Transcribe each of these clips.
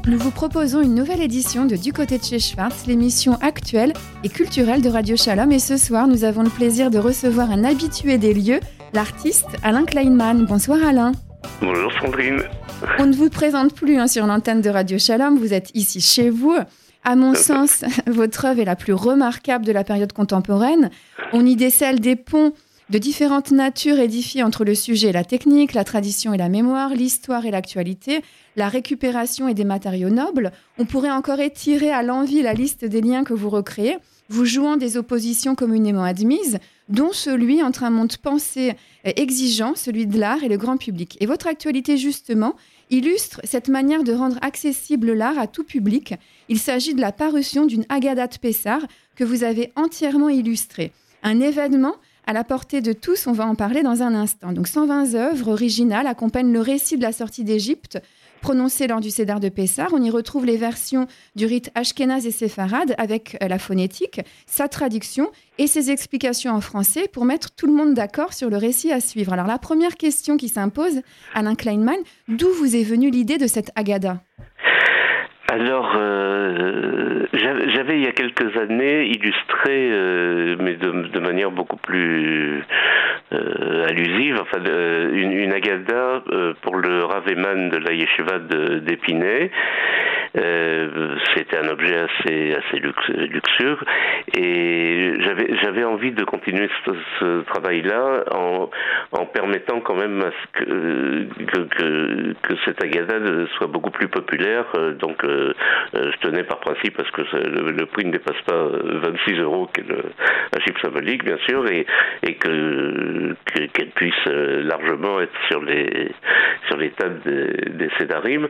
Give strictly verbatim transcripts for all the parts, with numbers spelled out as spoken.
Nous vous proposons une nouvelle édition de Du côté de chez Schwartz, l'émission actuelle et culturelle de Radio Shalom. Et ce soir, nous avons le plaisir de recevoir un habitué des lieux, l'artiste Alain Kleinman. Bonsoir Alain. Bonjour Sandrine. On ne vous présente plus hein, sur l'antenne de Radio Shalom, vous êtes ici chez vous. À mon sens, votre œuvre est la plus remarquable de la période contemporaine. On y décèle des ponts de différentes natures édifiées entre le sujet et la technique, la tradition et la mémoire, l'histoire et l'actualité, la récupération et des matériaux nobles. On pourrait encore étirer à l'envi la liste des liens que vous recréez, vous jouant des oppositions communément admises, dont celui entre un monde pensé exigeant, celui de l'art et le grand public. Et votre actualité, justement, illustre cette manière de rendre accessible l'art à tout public. Il s'agit de la parution d'une Haggadah de Pessah que vous avez entièrement illustrée. Un événement à la portée de tous, on va en parler dans un instant. Donc cent vingt œuvres originales accompagnent le récit de la sortie d'Égypte, prononcé lors du Seder de Pessah. On y retrouve les versions du rite ashkénaze et séfarade avec la phonétique, sa traduction et ses explications en français pour mettre tout le monde d'accord sur le récit à suivre. Alors la première question qui s'impose, Alain Kleinman, d'où vous est venue l'idée de cette Haggadah ? Alors, euh, j'avais, j'avais il y a quelques années illustré, euh, mais de, de manière beaucoup plus euh, allusive, enfin, euh, une, une Haggadah euh, pour le Rav Eman de la Yeshiva de, d'Épinay. Euh, c'était un objet assez assez luxe, luxueux et j'avais j'avais envie de continuer ce, ce travail-là en en permettant quand même à ce que que que, que cette Haggadah soit beaucoup plus populaire. Donc euh, je tenais par principe parce que le, le prix ne dépasse pas vingt-six euros, qui est le, un chiffre symbolique bien sûr, et et que, que qu'elle puisse largement être sur les sur les tables des, des sédarim.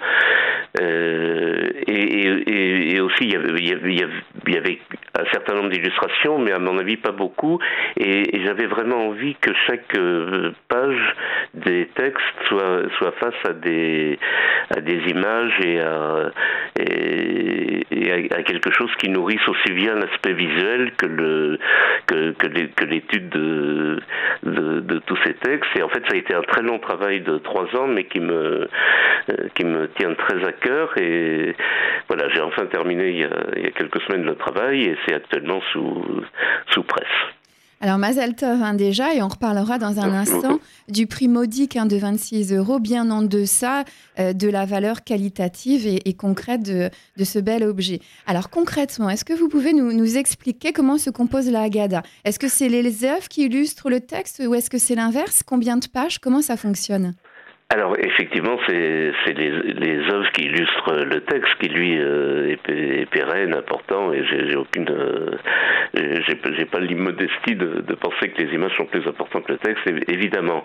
Euh, Et, et, et aussi, il y, avait, il, y avait, il y avait un certain nombre d'illustrations, mais à mon avis pas beaucoup. Et, et j'avais vraiment envie que chaque page des textes soit, soit face à des, à des images et à, et, et à, à quelque chose qui nourrisse aussi bien l'aspect visuel que, le, que, que, les, que l'étude de, de, de tous ces textes. Et en fait, ça a été un très long travail de trois ans, mais qui me, qui me tient très à cœur. Et voilà, j'ai enfin terminé il y, a, il y a quelques semaines le travail et c'est actuellement sous, sous presse. Alors Mazel Tov hein, déjà, et on reparlera dans un instant du prix modique hein, de vingt-six euros, bien en deçà euh, de la valeur qualitative et, et concrète de, de ce bel objet. Alors concrètement, est-ce que vous pouvez nous, nous expliquer comment se compose la Haggadah ? Est-ce que c'est les œuvres qui illustrent le texte ou est-ce que c'est l'inverse ? Combien de pages ? Comment ça fonctionne ? Alors effectivement, c'est, c'est les, les œuvres qui illustrent le texte qui lui euh, est, est pérenne, important, et j'ai, j'ai aucune, euh, j'ai, j'ai pas l'immodestie de, de penser que les images sont plus importantes que le texte, évidemment.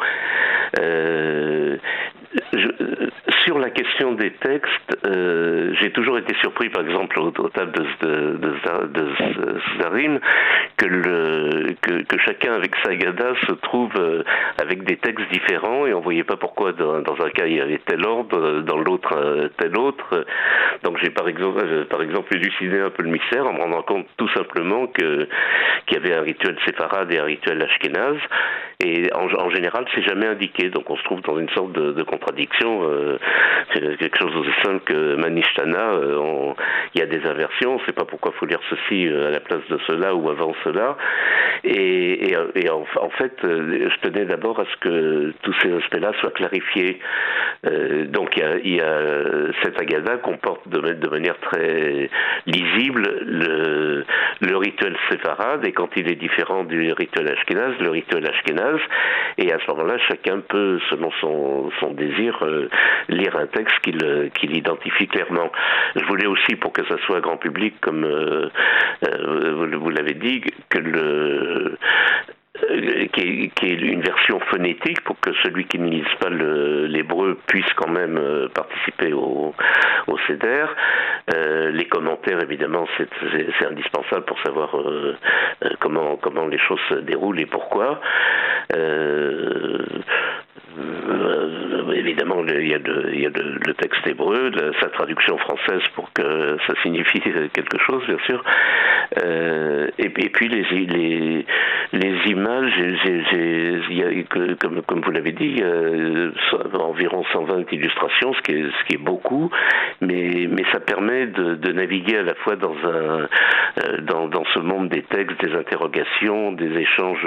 Euh, je, sur la question des textes, euh, j'ai toujours été surpris, par exemple, au, au table de, de, de, de, de Zarim, que, le, que, que chacun avec sa Haggadah se trouve euh, avec des textes différents, et on voyait pas pourquoi dans, dans un cas il y avait tel ordre, dans l'autre euh, tel autre. Donc j'ai par exemple, euh, par exemple élucidé un peu le mystère en me rendant compte tout simplement que qu'il y avait un rituel séfarade et un rituel ashkénaze, et en, en général c'est jamais indiqué, donc on se trouve dans une sorte de, de contradiction. Euh, c'est quelque chose d'aussi simple que Manishtana, euh, on, il y a des inversions, on ne sait pas pourquoi il faut lire ceci à la place de cela ou avant cela, et, et, et en, en fait je tenais d'abord à ce que tous ces aspects-là soient clarifiés. Euh, donc il y a, il y a cette Haggadah comporte de, de manière très lisible le, le rituel séfarade, et quand il est différent du rituel ashkénaze, le rituel ashkénaze, et à ce moment-là chacun peut, selon son, son désir, euh, lire un texte qu'il, qu'il identifie clairement. Je voulais aussi, pour que ça soit grand public, comme euh, euh, vous, vous l'avez dit, que le Qui est, qui est une version phonétique pour que celui qui ne lise pas le, l'hébreu puisse quand même euh, participer au, au Seder. Euh, les commentaires, évidemment, c'est, c'est, c'est indispensable pour savoir euh, euh, comment, comment les choses se déroulent et pourquoi. Euh, euh, évidemment, il y a, le, il y a le, le texte hébreu, la, sa traduction française pour que ça signifie quelque chose, bien sûr. Euh, et, et puis les, les, les images, j'ai, j'ai, il y a, comme, comme vous l'avez dit, il y a environ cent vingt illustrations, ce qui est, ce qui est beaucoup, mais, mais ça permet de, de naviguer à la fois dans, un, dans, dans ce monde des textes, des interrogations, des échanges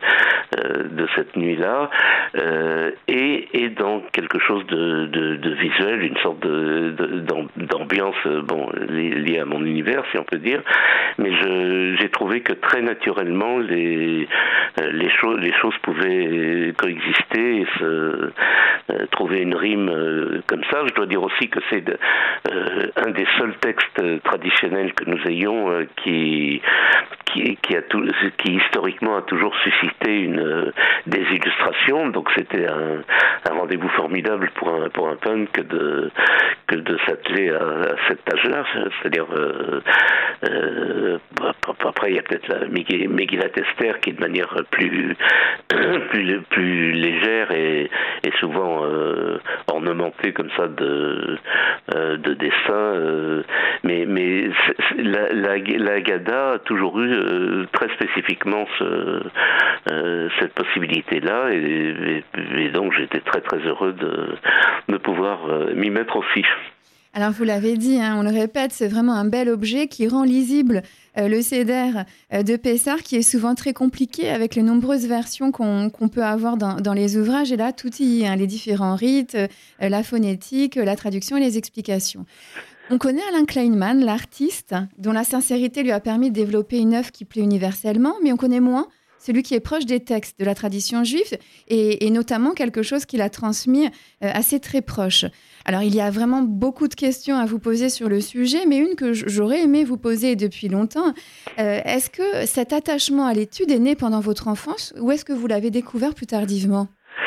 de cette nuit-là, euh, et, et dans quelque chose de, de, de visuel, une sorte de, de, d'ambiance bon, liée à mon univers, si on peut dire, mais je, j'ai trouvé que très naturellement les, les, choses, les choses pouvaient coexister et se, euh, trouver une rime euh, comme ça. Je dois dire aussi que c'est de, euh, un des seuls textes traditionnels que nous ayons euh, qui, qui, qui, a tout, qui historiquement a toujours suscité une, des illustrations, donc c'était un, un rendez-vous formidable pour un, pour un punk que de, que de s'atteler à, à cette tâche-là, c'est-à-dire euh, euh, après il y a peut-être la Megillat Esther qui est de manière plus, plus, plus légère et, et souvent euh, ornementée comme ça de, euh, de dessins, euh, mais, mais la, la, la Haggadah a toujours eu euh, très spécifiquement ce, euh, cette possibilité-là et, et, et donc j'étais très très heureux de, de pouvoir euh, m'y mettre aussi. Alors vous l'avez dit, hein, on le répète, c'est vraiment un bel objet qui rend lisible euh, le Seder euh, de Pessah, qui est souvent très compliqué avec les nombreuses versions qu'on, qu'on peut avoir dans, dans les ouvrages. Et là, tout y est, hein, les différents rites, euh, la phonétique, la traduction et les explications. On connaît Alain Kleinman, l'artiste, dont la sincérité lui a permis de développer une œuvre qui plaît universellement, mais on connaît moins celui qui est proche des textes de la tradition juive et, et notamment quelque chose qu'il a transmis euh, assez très proche. Alors, il y a vraiment beaucoup de questions à vous poser sur le sujet, mais une que j'aurais aimé vous poser depuis longtemps. Euh, est-ce que cet attachement à l'étude est né pendant votre enfance ou est-ce que vous l'avez découvert plus tardivement ?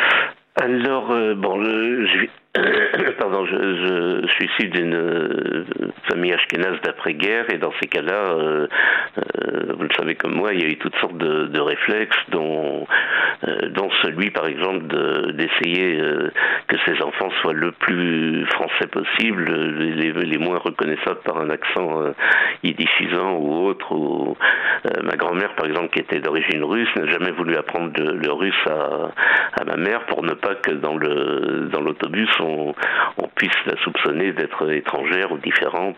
Alors, euh, bon, je, je, pardon, je, je, je suis issu d'une euh, famille ashkénaze d'après-guerre et dans ces cas-là, euh, euh, vous le savez comme moi, il y a eu toutes sortes de, de réflexes, dont, euh, dont celui, par exemple, de, d'essayer euh, que ses enfants soient le plus français possible, les, les moins reconnaissables par un accent euh, yiddishisant ou autre. Ou, euh, ma grand-mère, par exemple, qui était d'origine russe, n'a jamais voulu apprendre le, le russe à, à ma mère pour ne pas que dans le dans l'autobus on, on puisse la soupçonner d'être étrangère ou différente.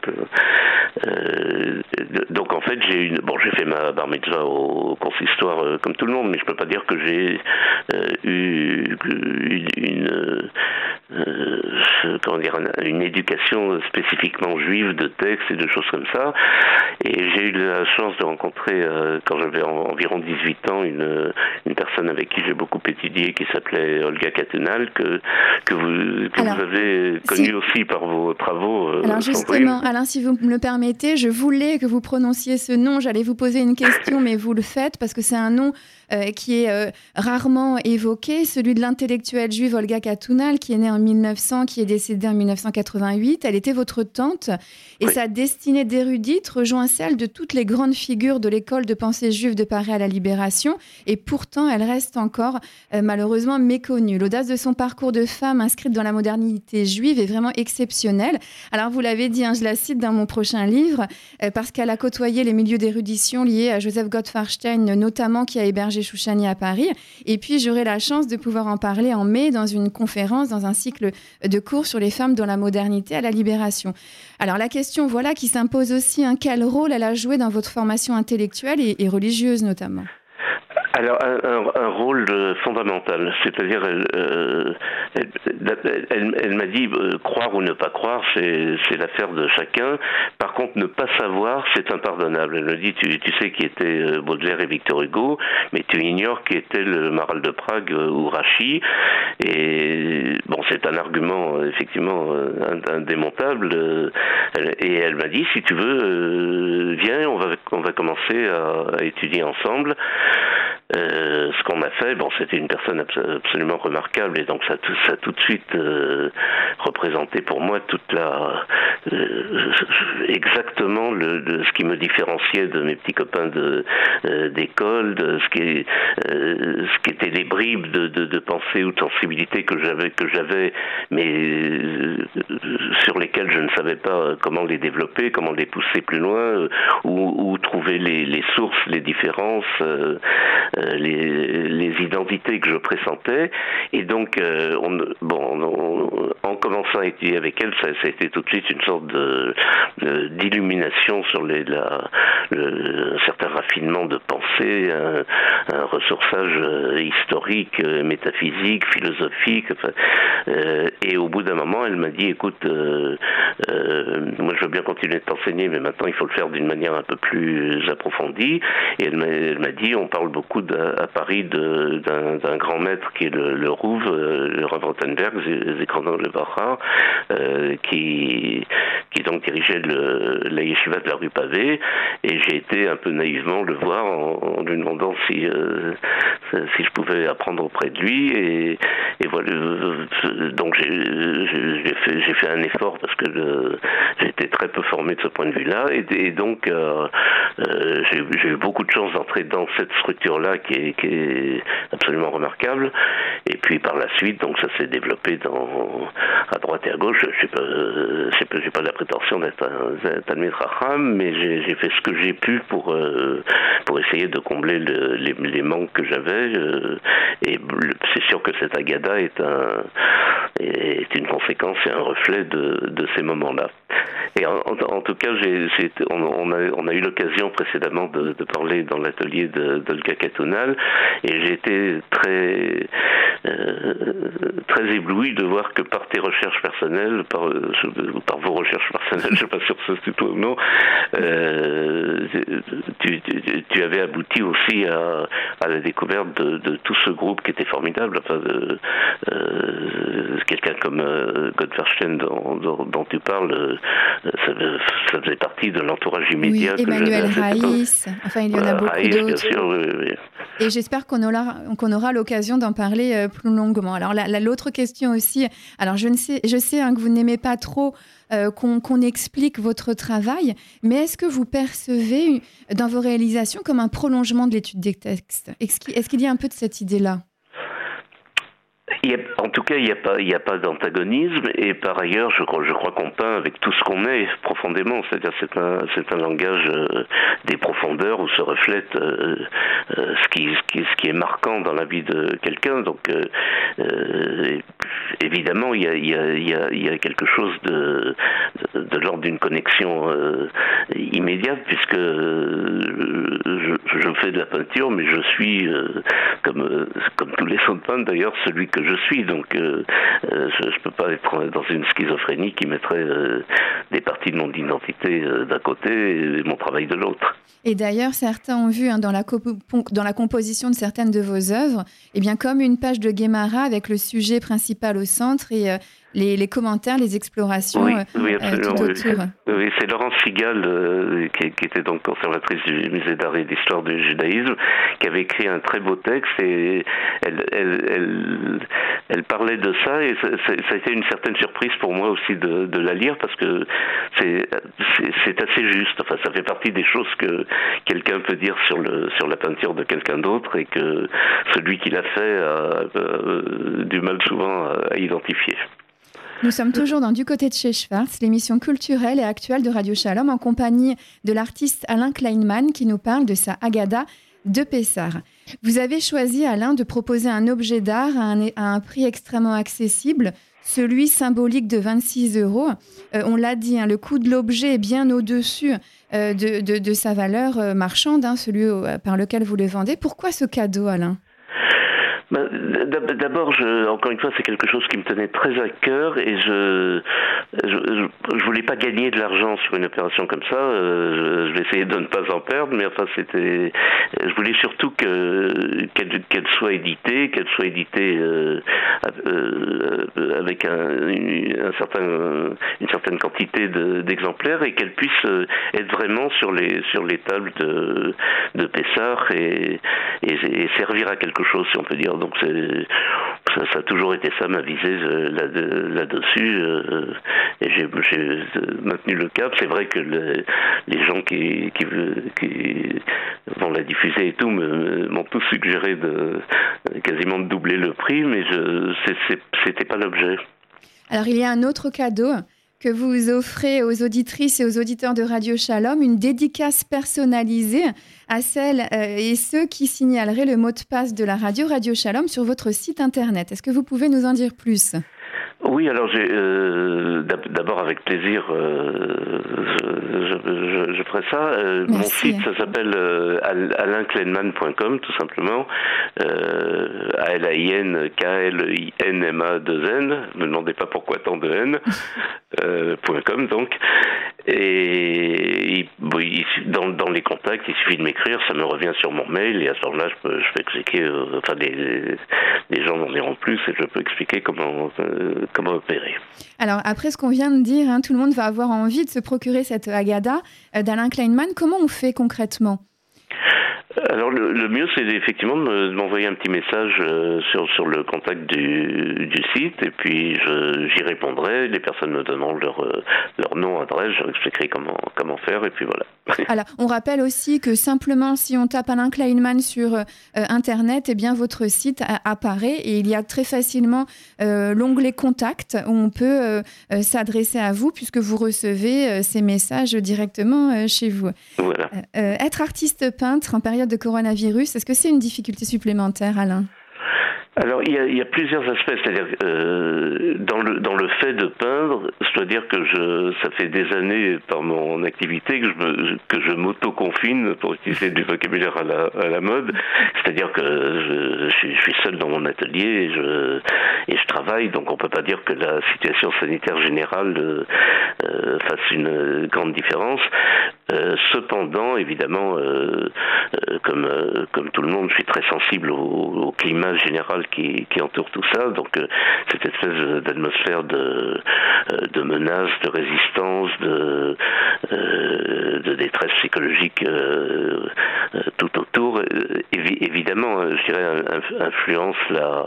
Euh, donc en fait j'ai une bon j'ai fait ma bar mitzvah au consistoire euh, comme tout le monde, mais je peux pas dire que j'ai euh, eu une, une euh, comment dire une éducation spécifiquement juive de textes et de choses comme ça. Et j'ai eu la chance de rencontrer euh, quand j'avais en, environ dix-huit ans une une personne avec qui j'ai beaucoup étudié qui s'appelait Olga Katunal, que, que, vous, que Alors, vous avez connu si... aussi par vos travaux. Euh, Alors justement, Alain, si vous me le permettez, je voulais que vous prononciez ce nom. J'allais vous poser une question, mais vous le faites parce que c'est un nom euh, qui est euh, rarement évoqué, celui de l'intellectuelle juive Olga Katunal, qui est née en mille neuf cents, qui est décédée en mille neuf cent quatre-vingt-huit. Elle était votre tante et oui. Sa destinée d'érudite rejoint celle de toutes les grandes figures de l'école de pensée juive de Paris à la Libération. Et pourtant, elle reste encore euh, malheureusement méconnue. L'audace de son parcours de femme inscrite dans la modernité juive est vraiment exceptionnelle. Alors, vous l'avez dit, hein, je la cite dans mon prochain livre, euh, parce qu'elle a côtoyé les milieux d'érudition liés à Joseph Gottfried Stein, notamment qui a hébergé Chouchani à Paris. Et puis, j'aurai la chance de pouvoir en parler en mai dans une conférence, dans un cycle de cours sur les femmes dans la modernité à la Libération. Alors, la question, voilà, qui s'impose aussi, hein, quel rôle elle a joué dans votre formation intellectuelle et, et religieuse, notamment ? Alors, un, un, un rôle fondamental, c'est-à-dire, elle, euh, elle, elle, elle m'a dit, euh, croire ou ne pas croire, c'est, c'est l'affaire de chacun. Par contre, ne pas savoir, c'est impardonnable. Elle me dit, tu, tu sais qui était Baudelaire et Victor Hugo, mais tu ignores qui était le Maral de Prague ou Rachi. Et bon, c'est un argument effectivement indémontable. Et elle m'a dit, si tu veux, viens, on va, on va commencer à, à étudier ensemble. Euh, ce qu'on a fait, bon, c'était une personne absolument remarquable et donc ça, ça a tout de suite euh, représentait pour moi toute la euh, exactement le, le, ce qui me différenciait de mes petits copains de euh, d'école, de ce qui est, euh, ce qui était les bribes de, de, de pensée ou de sensibilité que j'avais que j'avais, mais euh, sur lesquelles je ne savais pas comment les développer, comment les pousser plus loin, euh, ou, ou trouver les, les sources, les différences, euh, euh, les, les identités que je pressentais. Et donc, euh, on, bon, on, en commençant à étudier avec elle, ça, ça a été tout de suite une sorte de, de d'illumination sur les, la, le, un certain raffinement de pensée, un, un ressourçage euh, historique, euh, métaphysique, philosophique. Enfin, euh, et au bout d'un moment, elle m'a dit, écoute, euh, euh, moi je veux bien continuer de t'enseigner, mais maintenant il faut le faire d'une manière un peu plus approfondie. Et elle m'a, elle m'a dit, on parle beaucoup de, à Paris de, d'un, d'un grand maître qui est le, le Rouve, euh, le Rav Rothenberg, Zichrono Livracha, euh, qui, qui donc dirigeait le, la yeshiva de la rue Pavée. Et j'ai été un peu naïvement le voir en, en lui demandant si, euh, si je pouvais apprendre auprès de lui. Et, et voilà, donc j'ai, j'ai, fait, j'ai fait un effort parce que le, j'étais très peu formé de ce point de vue-là. Et, et donc euh, euh, j'ai, j'ai eu beaucoup de chance d'entrer dans cette structure-là qui est, qui est absolument remarquable. Et puis par la suite, donc ça s'est développé dans, à droite et à gauche. Je sais pas, je sais pas, j'ai pas la prétention d'être un Talmid Chacham, mais j'ai, j'ai fait ce que j'ai pu pour euh, pour essayer de combler le, les, les manques que j'avais. Euh, et c'est sûr que cette Agada est un est une conséquence et un reflet de, de ces moments-là. Et en, en, en tout cas, j'ai, j'ai, on, on, a, on a eu l'occasion précédemment de, de parler dans l'atelier de, d'Olga Katonal, et j'ai été très, euh, très ébloui de voir que par tes recherches personnelles, par, par vos recherches personnelles, je ne sais pas sûr si c'est toi ou non, euh, tu, tu, tu avais abouti aussi à, à la découverte de, de tout ce groupe qui était formidable, enfin, de, euh, quelqu'un comme euh, Godverstein dont, dont, dont tu parles, euh, ça, ça faisait partie de l'entourage immédiat. Oui, Emmanuel Raïs, enfin il y en a beaucoup Raïs, d'autres. Bien sûr, oui, oui. Et j'espère qu'on aura, qu'on aura l'occasion d'en parler euh, plus longuement. Alors la, la, l'autre question aussi, alors je, ne sais, je sais hein, que vous n'aimez pas trop euh, qu'on, qu'on explique votre travail, mais est-ce que vous percevez dans vos réalisations comme un prolongement de l'étude des textes ? Est-ce qu'il, est-ce qu'il y a un peu de cette idée-là ? Il y a, en tout cas, il n'y a pas, il n'y a pas d'antagonisme, et par ailleurs, je crois, je crois qu'on peint avec tout ce qu'on est profondément. C'est-à-dire, c'est un, c'est un langage euh, des profondeurs où se reflète euh, euh, ce qui, ce qui, ce qui est marquant dans la vie de quelqu'un. Donc, euh, euh, évidemment, il y a, il y a, il y a, il y a quelque chose de, de, de l'ordre d'une connexion euh, immédiate, puisque euh, je, je fais de la peinture, mais je suis, euh, comme, comme tous les autres peintres d'ailleurs, celui que je suis, donc euh, euh, je ne peux pas être dans une schizophrénie qui mettrait euh, des parties de mon identité euh, d'un côté et mon travail de l'autre. Et d'ailleurs, certains ont vu hein, dans, la compo- dans la composition de certaines de vos œuvres, eh bien, comme une page de Guémara avec le sujet principal au centre et euh, les, les commentaires, les explorations oui, euh, oui, euh, tout autour. Oui, oui, c'est Laurence Sigal, euh, qui, qui était donc conservatrice du musée d'art et d'histoire du judaïsme, qui avait écrit un très beau texte, et elle, elle, elle, elle parlait de ça, et ça, ça a été une certaine surprise pour moi aussi de, de la lire, parce que c'est, c'est, c'est assez juste. Enfin, ça fait partie des choses que quelqu'un peut dire sur, le, sur la peinture de quelqu'un d'autre, et que celui qui l'a fait a euh, du mal souvent à, à identifier. Nous sommes toujours dans Du côté de chez Schwartz, l'émission culturelle et actuelle de Radio Shalom, en compagnie de l'artiste Alain Kleinman qui nous parle de sa Haggadah de Pessah. Vous avez choisi, Alain, de proposer un objet d'art à un, à un prix extrêmement accessible, celui symbolique de vingt-six euros. Euh, on l'a dit, hein, le coût de l'objet est bien au-dessus euh, de, de, de sa valeur euh, marchande, hein, celui au, par lequel vous le vendez. Pourquoi ce cadeau, Alain ? D'abord, je, encore une fois, c'est quelque chose qui me tenait très à cœur, et je je, je, je voulais pas gagner de l'argent sur une opération comme ça. Euh, je, je vais essayer de ne pas en perdre, mais enfin, c'était. Je voulais surtout que qu'elle, qu'elle soit éditée, qu'elle soit éditée euh, euh, avec un, une, un certain, une certaine quantité de, d'exemplaires, et qu'elle puisse être vraiment sur les sur les tables de de Pessah et, et et servir à quelque chose, si on peut dire. Donc c'est ça, ça a toujours été ça ma visée euh, là, de, là-dessus. Euh, et j'ai, j'ai maintenu le cap. C'est vrai que le, les gens qui, qui, qui vont la diffuser et tout me, m'ont tous suggéré de quasiment de doubler le prix, mais je, c'est, c'est, c'était pas l'objet. Alors, il y a un autre cadeau que vous offrez aux auditrices et aux auditeurs de Radio Shalom, une dédicace personnalisée à celles et ceux qui signaleraient le mot de passe de la radio Radio Shalom sur votre site internet. Est-ce que vous pouvez nous en dire plus ? Oui, alors j'ai euh, d'abord avec plaisir, euh, je, je, je ferai ça. Euh, mon site, ça s'appelle euh, alain kleinman point com, tout simplement. Euh, A L A I N K L I N M A deux N. Ne me demandez pas pourquoi tant de N. euh, .com donc. Et oui, dans, dans les contacts, il suffit de m'écrire, ça me revient sur mon mail et à ce moment-là, je peux, je peux expliquer. Euh, enfin, les, les gens m'en diront plus et je peux expliquer comment. Euh, Comment opérer. Alors, après ce qu'on vient de dire, hein, tout le monde va avoir envie de se procurer cette Haggadah euh, d'Alain Kleinman. Comment on fait concrètement ? Alors le, le mieux c'est effectivement de m'envoyer un petit message euh, sur sur le contact du, du site et puis je, j'y répondrai. Les personnes me donneront leur euh, leur nom, adresse, je leur expliquerai comment comment faire et puis voilà. Alors on rappelle aussi que simplement si on tape Alain Kleinman sur euh, internet, eh bien votre site a, apparaît et il y a très facilement euh, l'onglet contact où on peut euh, euh, s'adresser à vous puisque vous recevez euh, ces messages directement euh, chez vous. Voilà. Euh, être artiste peintre en période de coronavirus, est-ce que c'est une difficulté supplémentaire, Alain ? Alors il y a, il y a plusieurs aspects, c'est-à-dire euh, dans le dans le fait de peindre, je dois dire que je ça fait des années par mon activité que je me, que je m'auto-confine pour utiliser du vocabulaire à la à la mode, c'est-à-dire que je, je, suis, je suis seul dans mon atelier et je et je travaille, donc on peut pas dire que la situation sanitaire générale euh, euh, fasse une grande différence. Euh, cependant, évidemment, euh, euh, comme euh, comme tout le monde, je suis très sensible au, au climat général qui, qui entoure tout ça. Donc, euh, cette espèce d'atmosphère de euh, de menace, de résistance, de euh, de détresse psychologique euh, euh, tout autour, euh, évi- évidemment, euh, je dirais, influence la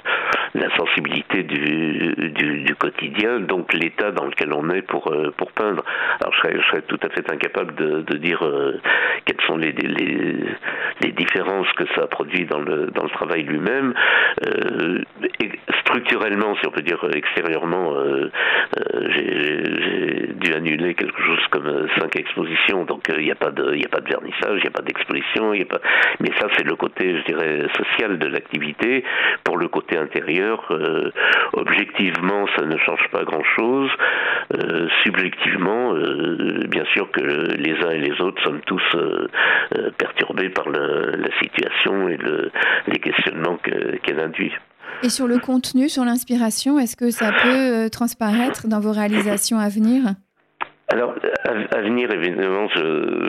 la sensibilité du, du du quotidien, donc l'état dans lequel on est pour euh, pour peindre. Alors, je serais je serais tout à fait incapable de, de dire euh, quelles sont les, les les différences que ça a produit dans le dans le travail lui-même. Euh, et structurellement, si on peut dire extérieurement, euh, euh, j'ai, j'ai dû annuler quelque chose comme cinq expositions, donc il euh, n'y a pas de il y a pas de vernissage, il n'y a pas d'exposition, il y a pas. Mais ça c'est le côté, je dirais, social de l'activité. Pour le côté intérieur, euh, objectivement, ça ne change pas grand-chose. Euh, subjectivement, euh, bien sûr que les uns et les autres sommes tous euh, euh, perturbés par le, la situation et le, les questionnements que, qu'elle induit. Et sur le contenu, sur l'inspiration, est-ce que ça peut euh, transparaître dans vos réalisations à venir ? Alors, à, à venir, évidemment, je,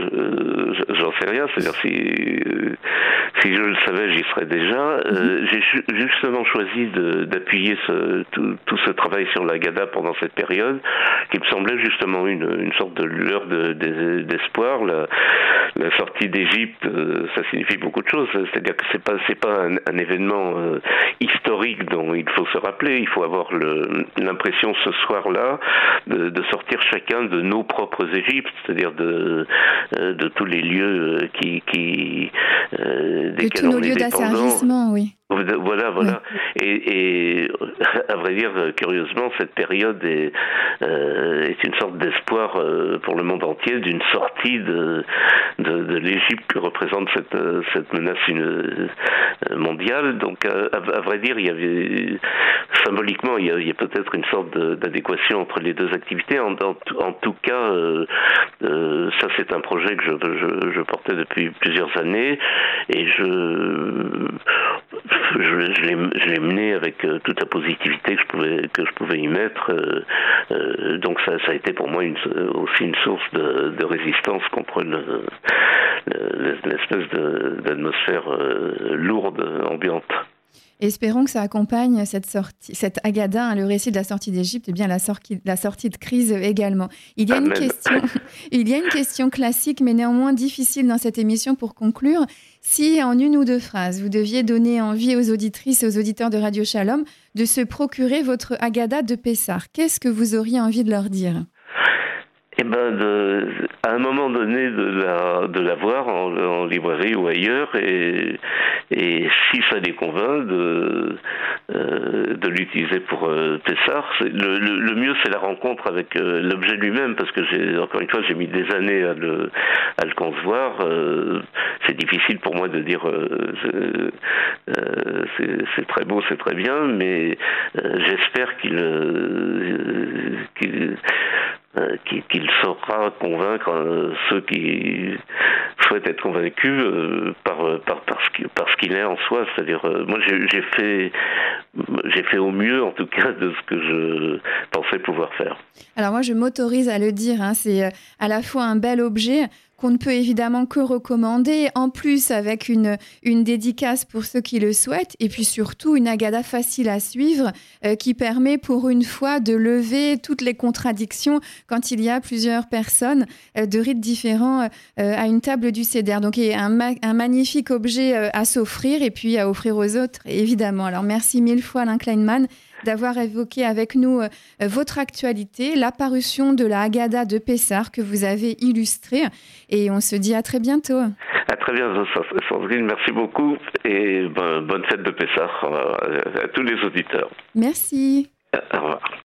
je, j'en sais rien. C'est-à-dire, si, si je le savais, j'y serais déjà. Euh, j'ai ju- justement choisi de, d'appuyer ce, tout, tout ce travail sur la Haggadah pendant cette période, qui me semblait justement une, une sorte de lueur de, de, d'espoir. La, la sortie d'Égypte, euh, ça signifie beaucoup de choses. C'est-à-dire que c'est pas, c'est pas un, un événement euh, historique dont il faut se rappeler. Il faut avoir le, l'impression ce soir-là de, de sortir chacun de nos propres Égyptes, c'est-à-dire de euh, de tous les lieux qui qui euh, desquels de tous on nos est lieux dépendant. d'asservissement, oui. Voilà, voilà. Oui. Et, et à vrai dire, curieusement, cette période est, euh, est une sorte d'espoir euh, pour le monde entier d'une sortie de, de, de l'Égypte que représente cette, cette menace une, mondiale. Donc, à, à vrai dire, il y avait symboliquement, il y a, il y a peut-être une sorte de, d'adéquation entre les deux activités. En, en, en tout cas, euh, euh, ça c'est un projet que je, je, je portais depuis plusieurs années et je Je, je, l'ai, je l'ai mené avec euh, toute la positivité que je pouvais que je pouvais y mettre. Euh, euh, donc ça, ça a été pour moi une, aussi une source de, de résistance contre le, le, l'espèce de, d'atmosphère euh, lourde ambiante. Espérons que ça accompagne cette sortie, cette Agada, hein, le récit de la sortie d'Égypte, et bien la sortie, la sortie de crise également. Il y a une question, il y a une question classique, mais néanmoins difficile dans cette émission pour conclure. Si en une ou deux phrases, vous deviez donner envie aux auditrices et aux auditeurs de Radio Shalom de se procurer votre Agada de Pessah, qu'est-ce que vous auriez envie de leur dire ? Eh ben, de, à un moment donné, de la, de la voir en, en librairie ou ailleurs, et, et si ça les convainc, de, euh, de l'utiliser pour euh, Pessah. Le, le, le mieux, c'est la rencontre avec euh, l'objet lui-même, parce que j'ai, encore une fois, j'ai mis des années à le, à le concevoir. Euh, c'est difficile pour moi de dire euh, euh, c'est, c'est très beau, c'est très bien, mais euh, j'espère qu'il, euh, qu'il qu'il saura convaincre euh, ceux qui souhaitent être convaincus euh, par, par, par, ce qu'il, par ce qu'il est en soi. C'est-à-dire, euh, moi j'ai, j'ai, fait, j'ai fait au mieux, en tout cas, de ce que je pensais pouvoir faire. Alors moi, je m'autorise à le dire, hein, c'est à la fois un bel objet qu'on ne peut évidemment que recommander, en plus avec une, une dédicace pour ceux qui le souhaitent, et puis surtout une Agada facile à suivre euh, qui permet pour une fois de lever toutes les contradictions quand il y a plusieurs personnes euh, de rites différents euh, à une table du Seder. Donc il y a un, ma- un magnifique objet euh, à s'offrir et puis à offrir aux autres, évidemment. Alors merci mille fois Alain Kleinman d'avoir évoqué avec nous euh, votre actualité, la parution de la Agada de Pessah que vous avez illustrée. Et on se dit à très bientôt. À très bientôt, Sandrine. Merci beaucoup et ben, bonne fête de Pessah à, à tous les auditeurs. Merci. Au revoir.